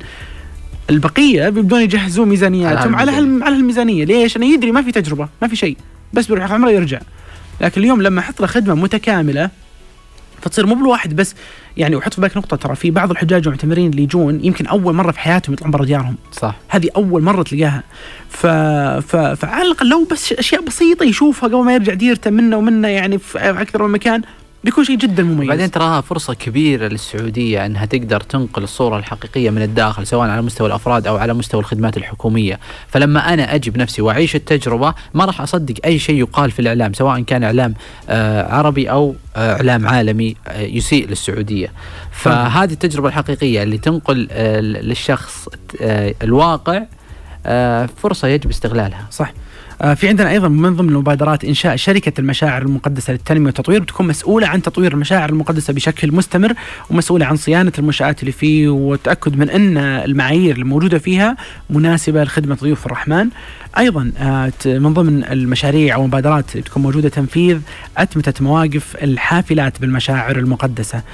البقية بيبدون يجهزون ميزانياتهم على على هالميزانية. ليش؟ أنا يدري ما في تجربة، ما في شيء، بس بيروح ياخذ عمره يرجع. لكن اليوم لما أحط له خدمة متكاملة فتصير مو بالواحد بس. يعني وحط في بالك نقطة، ترى في بعض الحجاج والمعتمرين اللي يجون يمكن أول مرة في حياتهم يطلعون برا ديارهم، صح، هذه أول مرة تلقاها. ف... ف... فعلى الأقل لو بس أشياء بسيطة يشوفها قبل ما يرجع ديرته منه ومنه، يعني في أكثر من مكان، بيكون شيء جدا مميز. بعدين تراها فرصة كبيرة للسعودية أنها تقدر تنقل الصورة الحقيقية من الداخل، سواء على مستوى الأفراد أو على مستوى الخدمات الحكومية. فلما أنا أجي بنفسي وأعيش التجربة ما راح أصدق أي شيء يقال في الإعلام، سواء كان إعلام آه عربي أو آه إعلام عالمي آه يسيء للسعودية. فهذه التجربة الحقيقية اللي تنقل آه للشخص آه الواقع آه فرصة يجب استغلالها. صح. في عندنا أيضا من ضمن المبادرات إنشاء شركة المشاعر المقدسة للتنمية والتطوير، بتكون مسؤولة عن تطوير المشاعر المقدسة بشكل مستمر، ومسؤولة عن صيانة المنشآت اللي فيه والتأكد من أن المعايير الموجودة فيها مناسبة لخدمة ضيوف الرحمن. أيضا من ضمن المشاريع أو مبادرات تكون موجودة تنفيذ أتمتة مواقف الحافلات بالمشاعر المقدسة.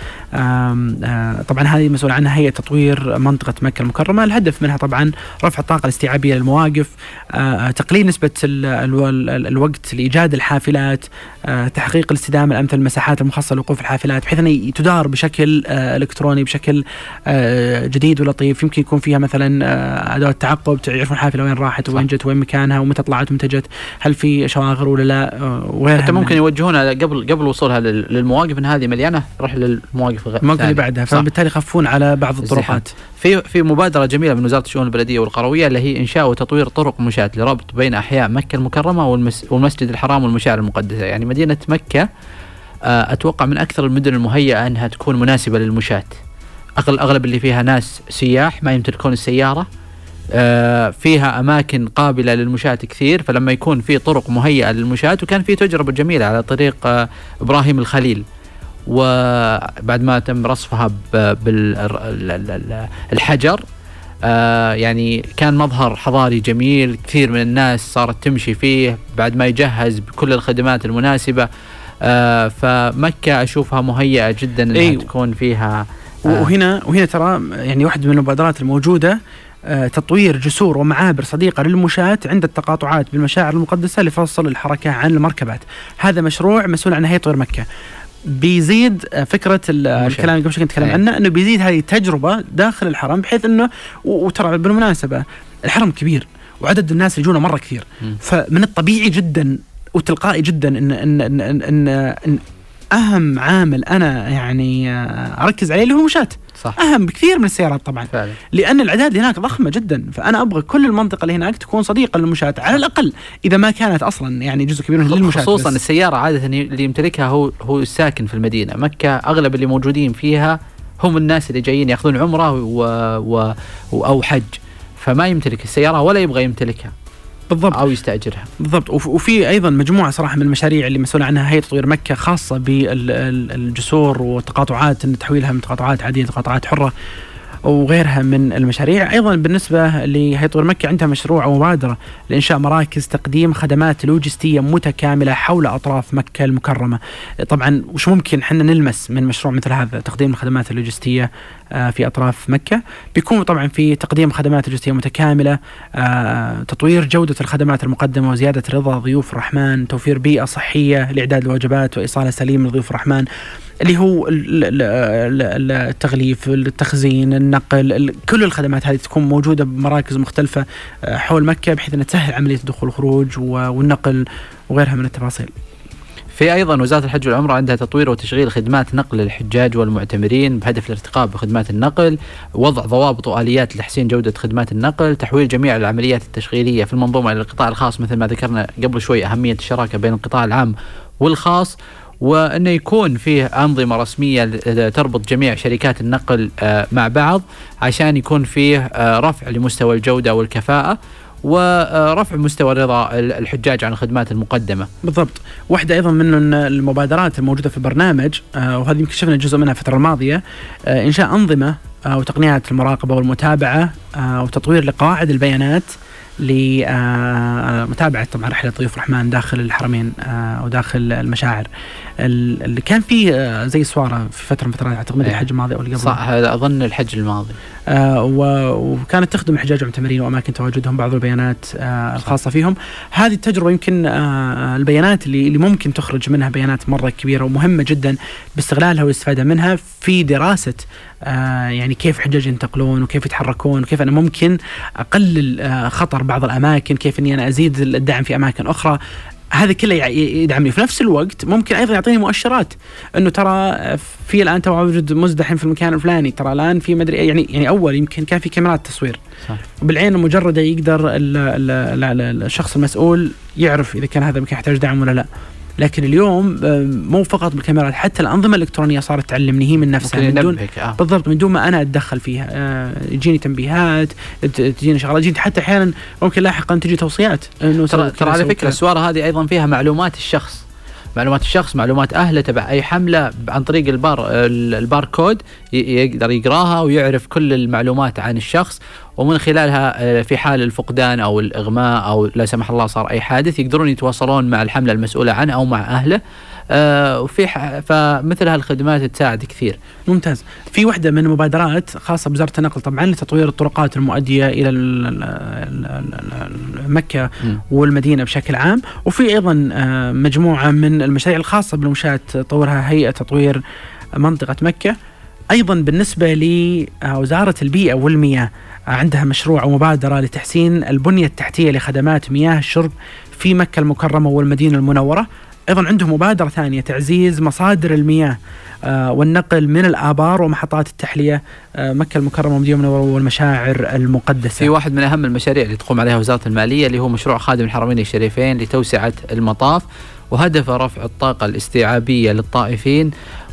طبعا هذه مسؤول عنها هيئة تطوير منطقة مكة المكرمة. الهدف منها طبعا رفع الطاقة الاستيعابية للمواقف، تقليل نسبة ال ال ال الوقت لإيجاد الحافلات، آه تحقيق الاستدامة الأمثل، المساحات المخصصة لوقوف الحافلات بحيث أن تدار بشكل آه إلكتروني بشكل آه جديد ولطيف. يمكن يكون فيها مثلا آه أدوات تعقب تعرفون الحافلة وين راحت وين جت وين مكانها ومتى طلعت ومتى جت، هل في شواغر ولا لا، آه حتى ممكن يوجهونها قبل قبل وصولها للمواقف، إن هذه مليانة روح للمواقف المواقف اللي بعدها، فبالتالي يخفون على بعض الطرقات. في في مبادرة جميلة من وزارة الشؤون البلدية والقروية اللي هي إنشاء وتطوير طرق مشاة لربط بين أحياء مكة المكرمة والمس والمسجد الحرام والمشاعر المقدسة. يعني مدينة مكة أتوقع من أكثر المدن المهيئة أنها تكون مناسبة للمشاة. أغلب اللي فيها ناس سياح ما يمتلكون السيارة، فيها أماكن قابلة للمشاة كثير، فلما يكون في طرق مهيئة للمشاة، وكان في تجربة جميلة على طريق إبراهيم الخليل وبعد ما تم رصفها بالحجر، آه يعني كان مظهر حضاري جميل، كثير من الناس صارت تمشي فيه بعد ما يجهز بكل الخدمات المناسبة. آه فمكة أشوفها مهيئة جدا أنها أيوه. تكون فيها آه وهنا وهنا ترى يعني واحد من المبادرات الموجودة آه تطوير جسور ومعابر صديقة للمشاة عند التقاطعات بالمشاعر المقدسة لفصل الحركة عن المركبات. هذا مشروع مسؤول عن هيئة تطوير مكة. بيزيد فكرة الكلام اللي قبل شوي نتكلم عنه، انه بيزيد هذه التجربة داخل الحرم، بحيث انه وترى بالمناسبة الحرم كبير وعدد الناس اللي يجونا مرة كثير، م. فمن الطبيعي جدا وتلقائي جدا ان ان ان, إن, إن, إن اهم عامل انا يعني اركز عليه اللي هو المشاة. صح. اهم بكثير من السيارات طبعا فعلا. لان الاعداد هناك ضخمه جدا، فانا ابغى كل المنطقه اللي هناك تكون صديقه للمشاة على الاقل اذا ما كانت اصلا يعني جزء كبير منها للمشاة. خصوصا السياره عاده اللي يمتلكها هو هو الساكن في المدينه. مكه اغلب اللي موجودين فيها هم الناس اللي جايين ياخذون عمره و... و... او حج، فما يمتلك السياره ولا يبغى يمتلكها بالضبط أو يستأجرها. بالضبط. وفي أيضا مجموعة صراحة من المشاريع اللي مسؤولة عنها هيئة تطوير مكة، خاصة بالجسور وتقاطعات، تحويلها من تقاطعات عادية لتقاطعات حرة وغيرها من المشاريع. أيضا بالنسبة لهيئة تطوير مكة عندها مشروع أو مبادرة لإنشاء مراكز تقديم خدمات لوجستية متكاملة حول أطراف مكة المكرمة. طبعا وش ممكن حنا نلمس من مشروع مثل هذا، تقديم الخدمات اللوجستية في أطراف مكة، بيكون طبعا في تقديم خدمات لوجستية متكاملة، تطوير جودة الخدمات المقدمة وزيادة رضا ضيوف الرحمن، توفير بيئة صحية لإعداد الوجبات وإيصالها سليم لضيوف الرحمن، اللي هو التغليف، التخزين، النقل، كل الخدمات هذه تكون موجودة بمراكز مختلفة حول مكة بحيث أن تسهل عملية الدخول والخروج والنقل وغيرها من التفاصيل. في أيضا وزارة الحج والعمرة عندها تطوير وتشغيل خدمات نقل للحجاج والمعتمرين بهدف الارتقاء بخدمات النقل، وضع ضوابط وآليات لتحسين جودة خدمات النقل، تحويل جميع العمليات التشغيلية في المنظومة إلى القطاع الخاص مثل ما ذكرنا قبل شوي أهمية الشراكة بين القطاع العام والخاص، وأنه يكون فيه أنظمة رسمية تربط جميع شركات النقل مع بعض عشان يكون فيه رفع لمستوى الجودة والكفاءة ورفع مستوى رضا الحجاج عن الخدمات المقدمة. بالضبط. واحدة أيضا من المبادرات الموجودة في البرنامج، وهذه يمكن شفنا جزء منها الفترة الماضية، إنشاء أنظمة وتقنيات المراقبة والمتابعة وتطوير لقواعد البيانات لمتابعة طبعا رحلة ضيوف الرحمن داخل الحرمين وداخل المشاعر. اللي كان في زي سوارة في فترة من فترات أعتقد الحج الماضي أو اللي قبل، صح أظن الحج الماضي، وكانت تخدم الحجاج والمعتمرين وأماكن تواجدهم بعض البيانات الخاصة فيهم. هذه التجربة يمكن البيانات اللي اللي ممكن تخرج منها بيانات مرة كبيرة ومهمة جدا باستغلالها والاستفادة منها في دراسة يعني كيف حجاج ينتقلون وكيف يتحركون وكيف أنا ممكن أقلل خطر بعض الأماكن، كيف أني أنا أزيد الدعم في أماكن أخرى. هذا كله يدعمني. في نفس الوقت ممكن أيضا يعطيني مؤشرات أنه ترى في الآن تواجد مزدحم في المكان الفلاني، ترى الآن في مدري يعني يعني أول يمكن كان في كاميرات تصوير صح. بالعين المجردة يقدر ال ال ال الشخص المسؤول يعرف إذا كان هذا المكان يحتاج دعم ولا لا. لكن اليوم مو فقط بالكاميرات، حتى الأنظمة الإلكترونية صارت تعلمني هي من نفسها من دون آه. بالضبط من دون ما أنا أتدخل فيها. آه يجيني تنبيهات، تجيني شغلات، يجيني حتى أحيانا ممكن لاحقا تجي توصيات إنه ترى ترى على فكرة السوارة هذه أيضا فيها معلومات الشخص، معلومات الشخص، معلومات أهله تبع أي حملة عن طريق البار الباركود يقدر يقراها ويعرف كل المعلومات عن الشخص، ومن خلالها في حال الفقدان أو الإغماء أو لا سمح الله صار أي حادث يقدرون يتواصلون مع الحملة المسؤولة عنه أو مع أهله آه وفي فمثل هالخدمات تساعد كثير. ممتاز. في واحدة من المبادرات خاصة بوزارة النقل طبعا لتطوير الطرقات المؤدية إلى مكة والمدينة بشكل عام، وفي أيضا مجموعة من المشاريع الخاصة بالمنشآت طورها هيئة تطوير منطقة مكة. أيضا بالنسبة لوزارة البيئة والمياه عندها مشروع ومبادرة لتحسين البنية التحتية لخدمات مياه الشرب في مكة المكرمة والمدينة المنورة. أيضا عندهم مبادرة ثانية تعزيز مصادر المياه آه والنقل من الآبار ومحطات التحلية آه مكة المكرمة والمدينة المنورة والمشاعر المقدسة. في واحد من أهم المشاريع اللي تقوم عليها وزارة المالية اللي هو مشروع خادم الحرمين الشريفين لتوسعة المطاف، وهدف رفع الطاقة الاستيعابية للطائفين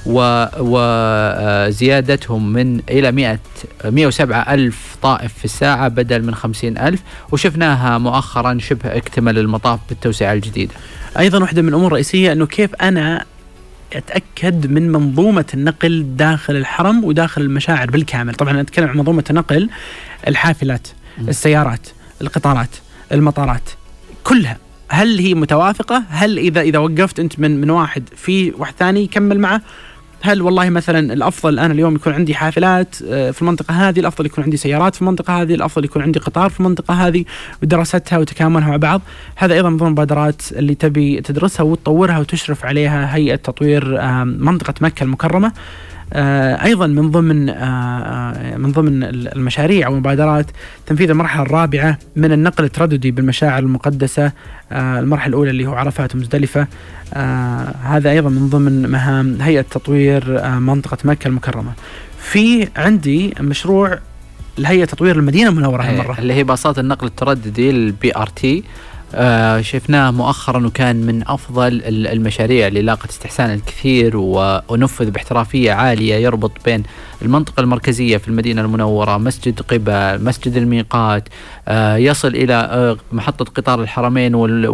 وزيادتهم من إلى مئة وسبعة ألف طائف في الساعة بدل من خمسين ألف، وشفناها مؤخرا شبه اكتمل المطاف بالتوسعة الجديدة. أيضا واحدة من الأمور الرئيسية أنه كيف أنا أتأكد من منظومة النقل داخل الحرم وداخل المشاعر بالكامل. طبعا أتكلم عن منظومة النقل، الحافلات، السيارات، القطارات، المطارات، كلها هل هي متوافقة؟ هل إذا إذا وقفت أنت من من واحد في واحد ثاني يكمل معه؟ هل والله مثلا الأفضل الآن اليوم يكون عندي حافلات في المنطقة هذه، الأفضل يكون عندي سيارات في المنطقة هذه، الأفضل يكون عندي قطار في المنطقة هذه، ودراستها وتكاملها مع بعض. هذا أيضا من ضمن المبادرات اللي تبي تدرسها وتطورها وتشرف عليها هيئة تطوير منطقة مكة المكرمة. أيضا من ضمن من ضمن المشاريع والمبادرات تنفيذ المرحلة الرابعة من النقل الترددي بالمشاعر المقدسة. المرحلة الأولى اللي هو عرفات ومزدلفة، هذا أيضا من ضمن مهام هيئة تطوير منطقة مكة المكرمة. في عندي مشروع لهيئة تطوير المدينة المنورة هالمرة اللي هي باصات النقل الترددي البي ار تي. آه شفناه مؤخرا وكان من أفضل المشاريع اللي لاقت استحسان الكثير ونفذ باحترافية عالية، يربط بين المنطقة المركزية في المدينة المنورة، مسجد قباء، مسجد الميقات، آه يصل إلى آه محطة قطار الحرمين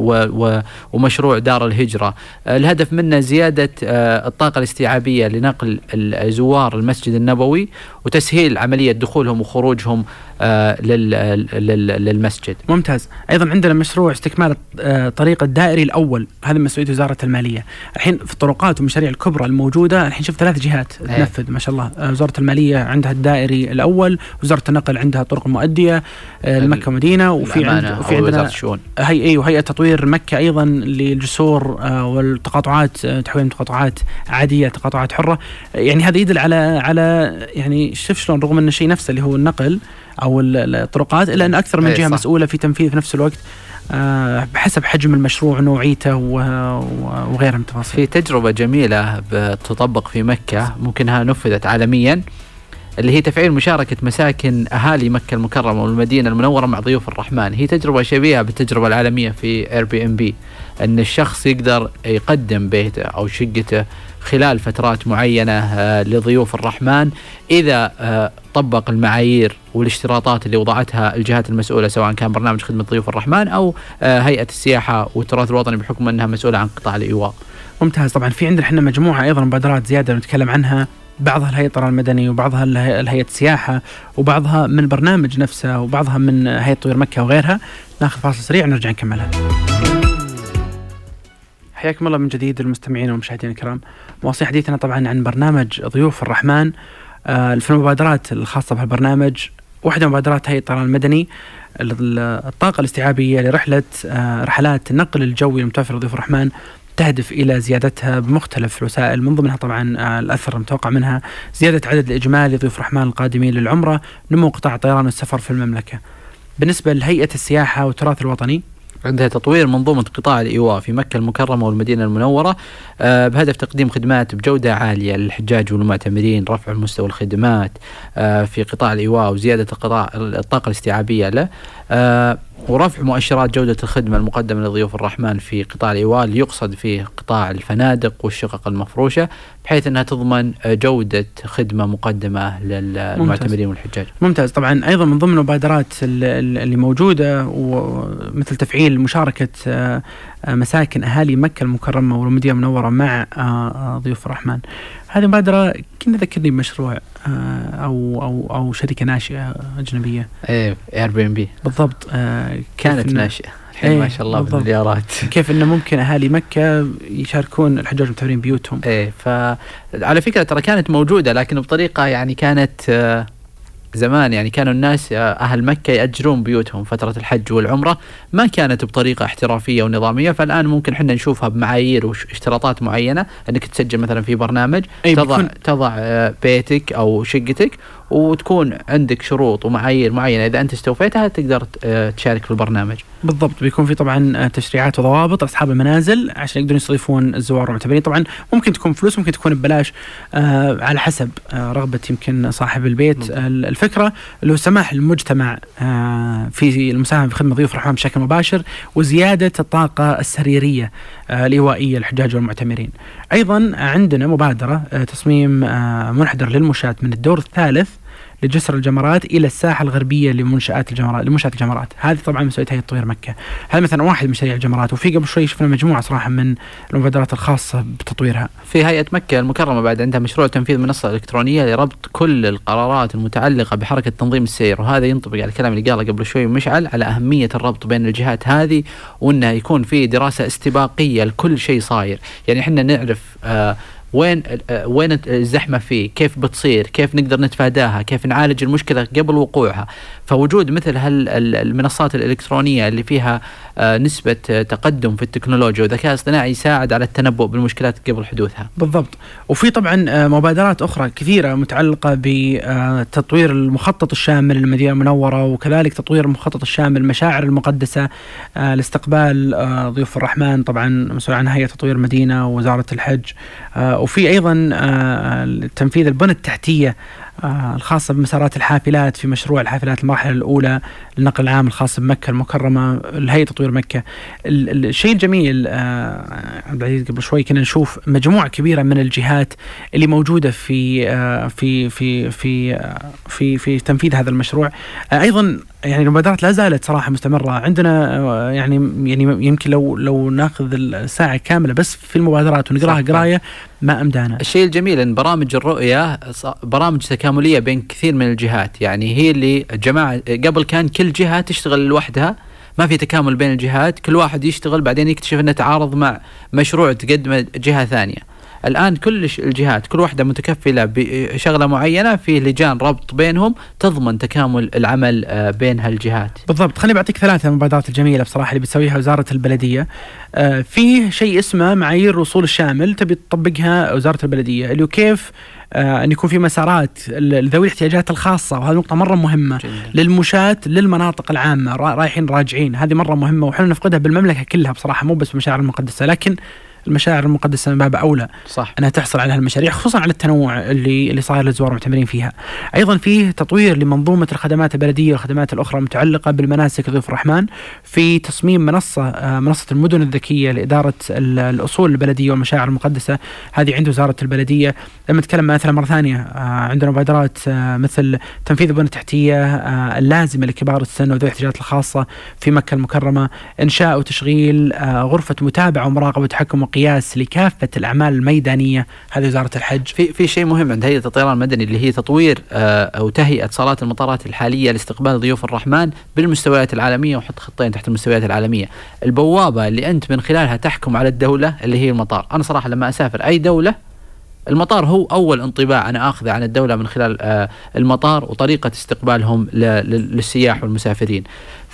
ومشروع دار الهجرة. آه الهدف منه زيادة آه الطاقة الاستيعابية لنقل الزوار المسجد النبوي وتسهيل عملية دخولهم وخروجهم آه للمسجد. ممتاز. أيضا عندنا مشروع استكمال طريق الدائري الأول، هذا مسؤولية وزارة المالية. الحين في الطرقات والمشاريع الكبرى الموجودة الحين شوف ثلاث جهات تنفذ ما شاء الله. وزارة المالية عندها الدائري الأول، وزارة النقل عندها الطرق المؤدية المكة ومدينة، وفي عند وفي عندنا هي أي وهيئة تطوير مكة أيضا للجسور والتقاطعات، تحويل تقاطعات عادية تقاطعات حرة. يعني هذا يدل على على يعني شوف شلون رغم أن الشيء نفسه اللي هو النقل أو الطرقات إلا أن أكثر من جهة مسؤولة في تنفيذ في نفس الوقت بحسب حجم المشروع ونوعيته وغيرها من التفاصيل. في تجربة جميلة بتطبق في مكة ممكنها نفذت عالميا، اللي هي تفعيل مشاركة مساكن أهالي مكة المكرمة والمدينة المنورة مع ضيوف الرحمن. هي تجربة شبيهة بالتجربة العالمية في اير بي ام بي، أن الشخص يقدر يقدم بيته أو شقته خلال فترات معينة لضيوف الرحمن إذا طبق المعايير والاشتراطات اللي وضعتها الجهات المسؤولة، سواء كان برنامج خدمة ضيوف الرحمن أو هيئة السياحة والتراث الوطني بحكم أنها مسؤولة عن قطاع الإيواء. ممتاز. طبعا في عندنا احنا مجموعة أيضا مبادرات زيادة نتكلم عنها، بعضها الهيئة الطيران المدني وبعضها الهيئة السياحة وبعضها من برنامج نفسه وبعضها من هيئة تطوير مكة وغيرها. ناخذ فاصل سريع ونرجع نكملها. حياكم الله من جديد المستمعين والمشاهدين الكرام. مواصل حديثنا طبعا عن برنامج ضيوف الرحمن. آه في المبادرات الخاصة بهالبرنامج واحدة من مبادرات هيئة الطيران المدني الطاقة الاستيعابية لرحلة آه رحلات النقل الجوي المتوفرة لضيوف الرحمن، تهدف إلى زيادتها بمختلف الوسائل، من ضمنها طبعا آه الأثر المتوقع منها زيادة عدد الإجمالي لضيوف الرحمن القادمين للعمرة، نمو قطاع الطيران والسفر في المملكة. بالنسبة لهيئة السياحة والتراث الوطني عندها تطوير منظومة قطاع الإيواء في مكة المكرمة والمدينة المنورة آه بهدف تقديم خدمات بجودة عالية للحجاج والمعتمرين، رفع مستوى الخدمات آه في قطاع الإيواء وزيادة القطاع الطاقة الاستيعابية له، آه ورفع مؤشرات جودة الخدمة المقدمة لضيوف الرحمن في قطاع الإيواء، يقصد فيه قطاع الفنادق والشقق المفروشة، بحيث أنها تضمن جودة خدمة مقدمة للمعتمرين والحجاج. ممتاز. طبعا أيضا من ضمن المبادرات اللي موجودة ومثل تفعيل مشاركة مساكن أهالي مكة المكرمة والمدينة المنورة مع ضيوف الرحمن. هذه مبادرة كنا ذكرني بمشروع أو أو أو شركة ناشئة أجنبية. إيه إير بي إم بي بالضبط. كانت ناشئة الحين ما شاء الله بالمليارات. كيف انه ممكن اهالي مكة يشاركون الحجاج المعتمرين بيوتهم. ايه فعلى فكرة ترى كانت موجودة لكن بطريقة يعني كانت زمان، يعني كانوا الناس أهل مكة يأجرون بيوتهم فترة الحج والعمرة، ما كانت بطريقة احترافية ونظامية. فالآن ممكن حنا نشوفها بمعايير واشتراطات معينة، أنك تسجل مثلا في برنامج تضع, تضع بيتك أو شقتك وتكون عندك شروط ومعايير معينة، إذا أنت استوفيتها تقدر تشارك في البرنامج. بالضبط، بيكون في طبعا تشريعات وضوابط لأصحاب المنازل عشان يقدرون يستضيفون الزوار والمعتمرين. طبعا ممكن تكون فلوس، ممكن تكون ببلاش، آه على حسب آه رغبة يمكن صاحب البيت. آه الفكرة اللي هو سماح المجتمع آه في المساهمة في خدمة ضيوف الرحمن بشكل مباشر، وزيادة الطاقة السريرية آه الإيوائية للحجاج والمعتمرين. أيضا عندنا مبادرة آه تصميم آه منحدر للمشاة من الدور الثالث لجسر الجمرات إلى الساحة الغربية لمنشآت الجمرات لمنشآت الجمرات. هذه طبعا مسؤولية هيئة تطوير مكة. هذا مثلا واحد من مشاريع الجمرات، وفي قبل شوي شفنا مجموعة صراحة من المبادرات الخاصة بتطويرها. في هيئة مكة المكرمة بعد عندها مشروع تنفيذ منصة إلكترونية لربط كل القرارات المتعلقة بحركة تنظيم السير، وهذا ينطبق على الكلام اللي قاله قبل شوي مشعل على أهمية الربط بين الجهات هذه، وأنه يكون في دراسة استباقية لكل شيء صاير. يعني إحنا نعرف آه وين وين الزحمة فيه، كيف بتصير، كيف نقدر نتفاداها، كيف نعالج المشكلة قبل وقوعها. فوجود مثل هالمنصات الإلكترونية اللي فيها نسبة تقدم في التكنولوجيا وذكاء اصطناعي يساعد على التنبؤ بالمشكلات قبل حدوثها. بالضبط. وفي طبعا مبادرات أخرى كثيرة متعلقة بتطوير المخطط الشامل للمدينة المنورة، وكذلك تطوير المخطط الشامل المشاعر المقدسة لاستقبال ضيوف الرحمن، طبعا مسؤول عنها هيئة تطوير مدينة ووزارة الحج. وفي أيضا تنفيذ البنى التحتية الخاصة بمسارات الحافلات في مشروع الحافلات المراحل الأولى للنقل العام الخاص بمكة المكرمة لهيئة تطوير مكة. الشيء الجميل عبد العزيز قبل شوي كنا نشوف مجموعة كبيرة من الجهات اللي موجودة في في في في في في تنفيذ هذا المشروع. أيضا يعني المبادرات لا زالت صراحة مستمرة عندنا، يعني يعني يمكن لو لو ناخذ الساعة كاملة بس في المبادرات ونقراها قراية ما أمدانا. الشيء الجميل أن برامج الرؤية برامج تكاملية بين كثير من الجهات، يعني هي اللي جماعة قبل كان كل جهة تشتغل لوحدها، ما في تكامل بين الجهات، كل واحد يشتغل بعدين يكتشف أنه تعارض مع مشروع تقدمه جهة ثانية. الآن كل الجهات كل واحدة متكفلة بشغلة معينة، في لجان ربط بينهم تضمن تكامل العمل بين هالجهات. بالضبط. خليني بعطيك ثلاثة مبادرات الجميلة بصراحة اللي بتسويها وزارة البلدية. آه فيه شيء اسمه معايير الوصول الشامل تبي تطبقها وزارة البلدية، اللي كيف آه أن يكون في مسارات لذوي الاحتياجات الخاصة، وهذه نقطة مرة مهمة جدا. للمشاة للمناطق العامة رايحين راجعين، هذه مرة مهمة وحنا نفقدها بالمملكة كلها بصراحة، مو بس بمشاعر المقدسة، لكن المشاعر المقدسة من باب أولى صح أنها تحصل على هالمشاريع، خصوصا على التنوع اللي اللي صاير للزوار والمعتمرين فيها. أيضا فيه تطوير لمنظومة الخدمات البلدية والخدمات الأخرى المتعلقة بالمناسك ضيوف الرحمن، في تصميم منصة منصة المدن الذكية لإدارة الأصول البلدية والمشاعر المقدسة، هذه عند وزارة البلدية. لما نتكلم مثلا مرة ثانية عندنا مبادرات مثل تنفيذ البنى التحتية اللازمة لكبار السن وذوي الاحتياجات الخاصة في مكة المكرمة، إنشاء وتشغيل غرفة متابعة ومراقبة وتحكم قياس لكافة الأعمال الميدانية، هذه وزارة الحج. في في شيء مهم عند هيئة الطيران المدني اللي هي تطوير آه أو تهيئة صالات المطارات الحالية لاستقبال ضيوف الرحمن بالمستويات العالمية، وحط خطين تحت المستويات العالمية. البوابة اللي أنت من خلالها تحكم على الدولة اللي هي المطار. أنا صراحة لما أسافر أي دولة المطار هو أول انطباع أنا أخذه عن الدولة من خلال آه المطار وطريقة استقبالهم للسياح والمسافرين.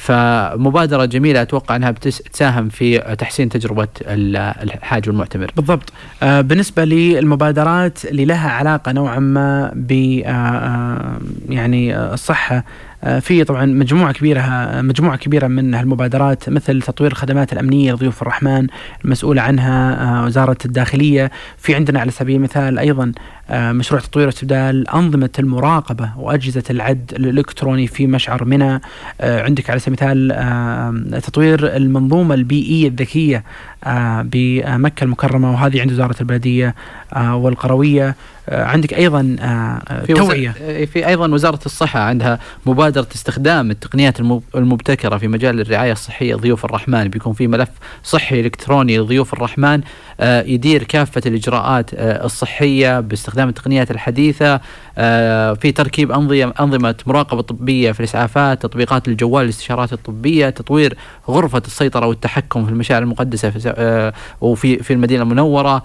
فمبادرة جميلة أتوقع أنها بتساهم في تحسين تجربة الحاج والمعتمر. بالضبط. آه بالنسبة للمبادرات اللي لها علاقة نوعا ما ب آه يعني الصحة، في طبعا مجموعة كبيرة مجموعة كبيرة من هالمبادرات، مثل تطوير الخدمات الأمنية لضيوف الرحمن المسؤولة عنها وزارة الداخلية. في عندنا على سبيل المثال أيضا مشروع تطوير واستبدال أنظمة المراقبة وأجهزة العد الإلكتروني في مشعر منى. عندك على سبيل المثال تطوير المنظومة البيئية الذكية بمكة المكرمة، وهذه عند وزارة البلدية والقروية. عندك أيضا في توعية في أيضا وزارة الصحة عندها مبادرة استخدام التقنيات المبتكرة في مجال الرعاية الصحية ضيوف الرحمن. بيكون في ملف صحي إلكتروني لضيوف الرحمن يدير كافة الإجراءات الصحية باستخدام استخدام التقنيات الحديثة، في تركيب أنظمة أنظمة مراقبة طبية في الإسعافات، تطبيقات الجوال للاستشارات الطبية، تطوير غرفة السيطرة والتحكم في المشاعر المقدسة في وفي في المدينة المنورة،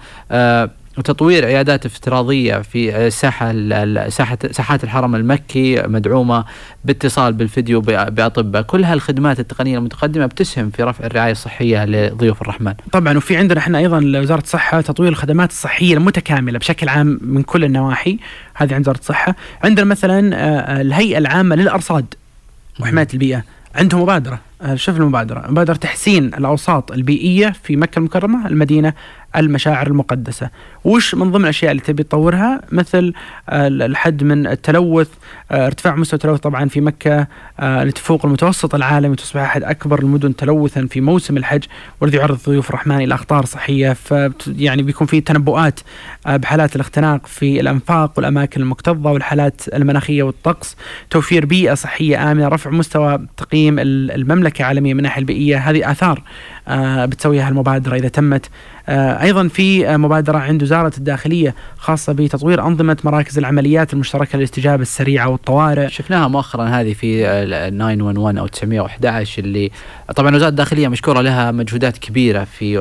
وتطوير عيادات افتراضية في ساحة ساحة ساحات الحرم المكي مدعومة باتصال بالفيديو بأطباء. كل هالخدمات التقنية المتقدمة بتسهم في رفع الرعاية الصحية لضيوف الرحمن. طبعا وفي عندنا احنا أيضا وزارة الصحة تطوير الخدمات الصحية المتكاملة بشكل عام من كل النواحي، هذه عند وزارة الصحة. عندنا مثلا الهيئة العامة للأرصاد وحماية البيئة عندهم مبادرة، شوف المبادرة، مبادرة تحسين الأوساط البيئية في مكة المكرمة المدينة المشاعر المقدسة. وش من ضمن الأشياء اللي تبي تطورها؟ مثل الحد من التلوث، ارتفاع مستوى التلوث طبعا في مكة لتفوق المتوسط العالمي، تصبح أحد أكبر المدن تلوثا في موسم الحج، والذي يعرض ضيوف الرحمن إلى أخطار صحية. ف يعني بيكون في تنبؤات بحالات الاختناق في الأنفاق والأماكن المكتظة والحالات المناخية والطقس، توفير بيئة صحية آمنة، رفع مستوى تقييم المملكة عالميا من الناحية البيئية. هذه آثار بتسويها المبادرة إذا تمت. أيضا في مبادرة عند وزارة الداخلية خاصة بتطوير أنظمة مراكز العمليات المشتركة للاستجابة السريعة والطوارئ. شفناها مؤخرا هذه في تسعمية وإحدى عشر أو تسعمية وإحدى عشر، اللي طبعا وزارة الداخلية مشكورة لها مجهودات كبيرة في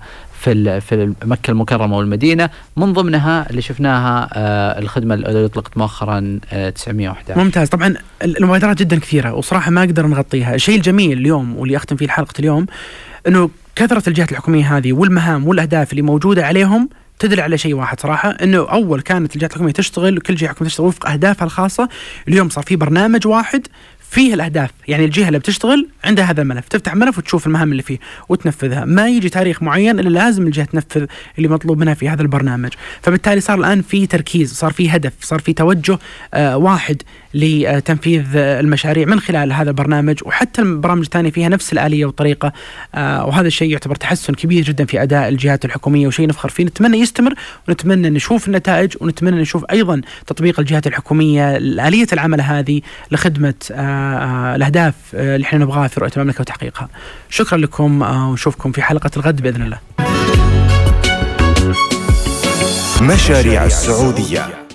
في في مكة المكرمة والمدينة، من ضمنها اللي شفناها الخدمة اللي أطلقت مؤخرا تسعمية وإحدى عشر. ممتاز. طبعا المبادرات جدا كثيرة وصراحة ما أقدر نغطيها. الشيء الجميل اليوم واللي أختم فيه حلقة اليوم أنه كثرة الجهات الحكومية هذه والمهام والأهداف اللي موجودة عليهم تدل على شيء واحد صراحة، أنه أول كانت الجهات الحكومية تشتغل وكل جهة حكومية تشتغل وفق أهدافها الخاصة. اليوم صار في برنامج واحد فيه الأهداف، يعني الجهة اللي بتشتغل عندها هذا الملف، تفتح ملف وتشوف المهام اللي فيه وتنفذها، ما يجي تاريخ معين إلا لازم الجهة تنفذ اللي مطلوب منها في هذا البرنامج. فبالتالي صار الآن في تركيز، صار في هدف، صار في توجه آه واحد لتنفيذ المشاريع من خلال هذا البرنامج، وحتى البرامج الثانية فيها نفس الآلية والطريقة. آه وهذا الشيء يعتبر تحسن كبير جدا في أداء الجهات الحكومية وشيء نفخر فيه. نتمنى يستمر ونتمنى نشوف النتائج، ونتمنى نشوف أيضا تطبيق الجهات الحكومية آلية العمل هذه لخدمة آه الأهداف اللي احنا نبغاها في رؤية المملكة وتحقيقها. شكرا لكم ونشوفكم في حلقة الغد بإذن الله. مشاريع السعودية.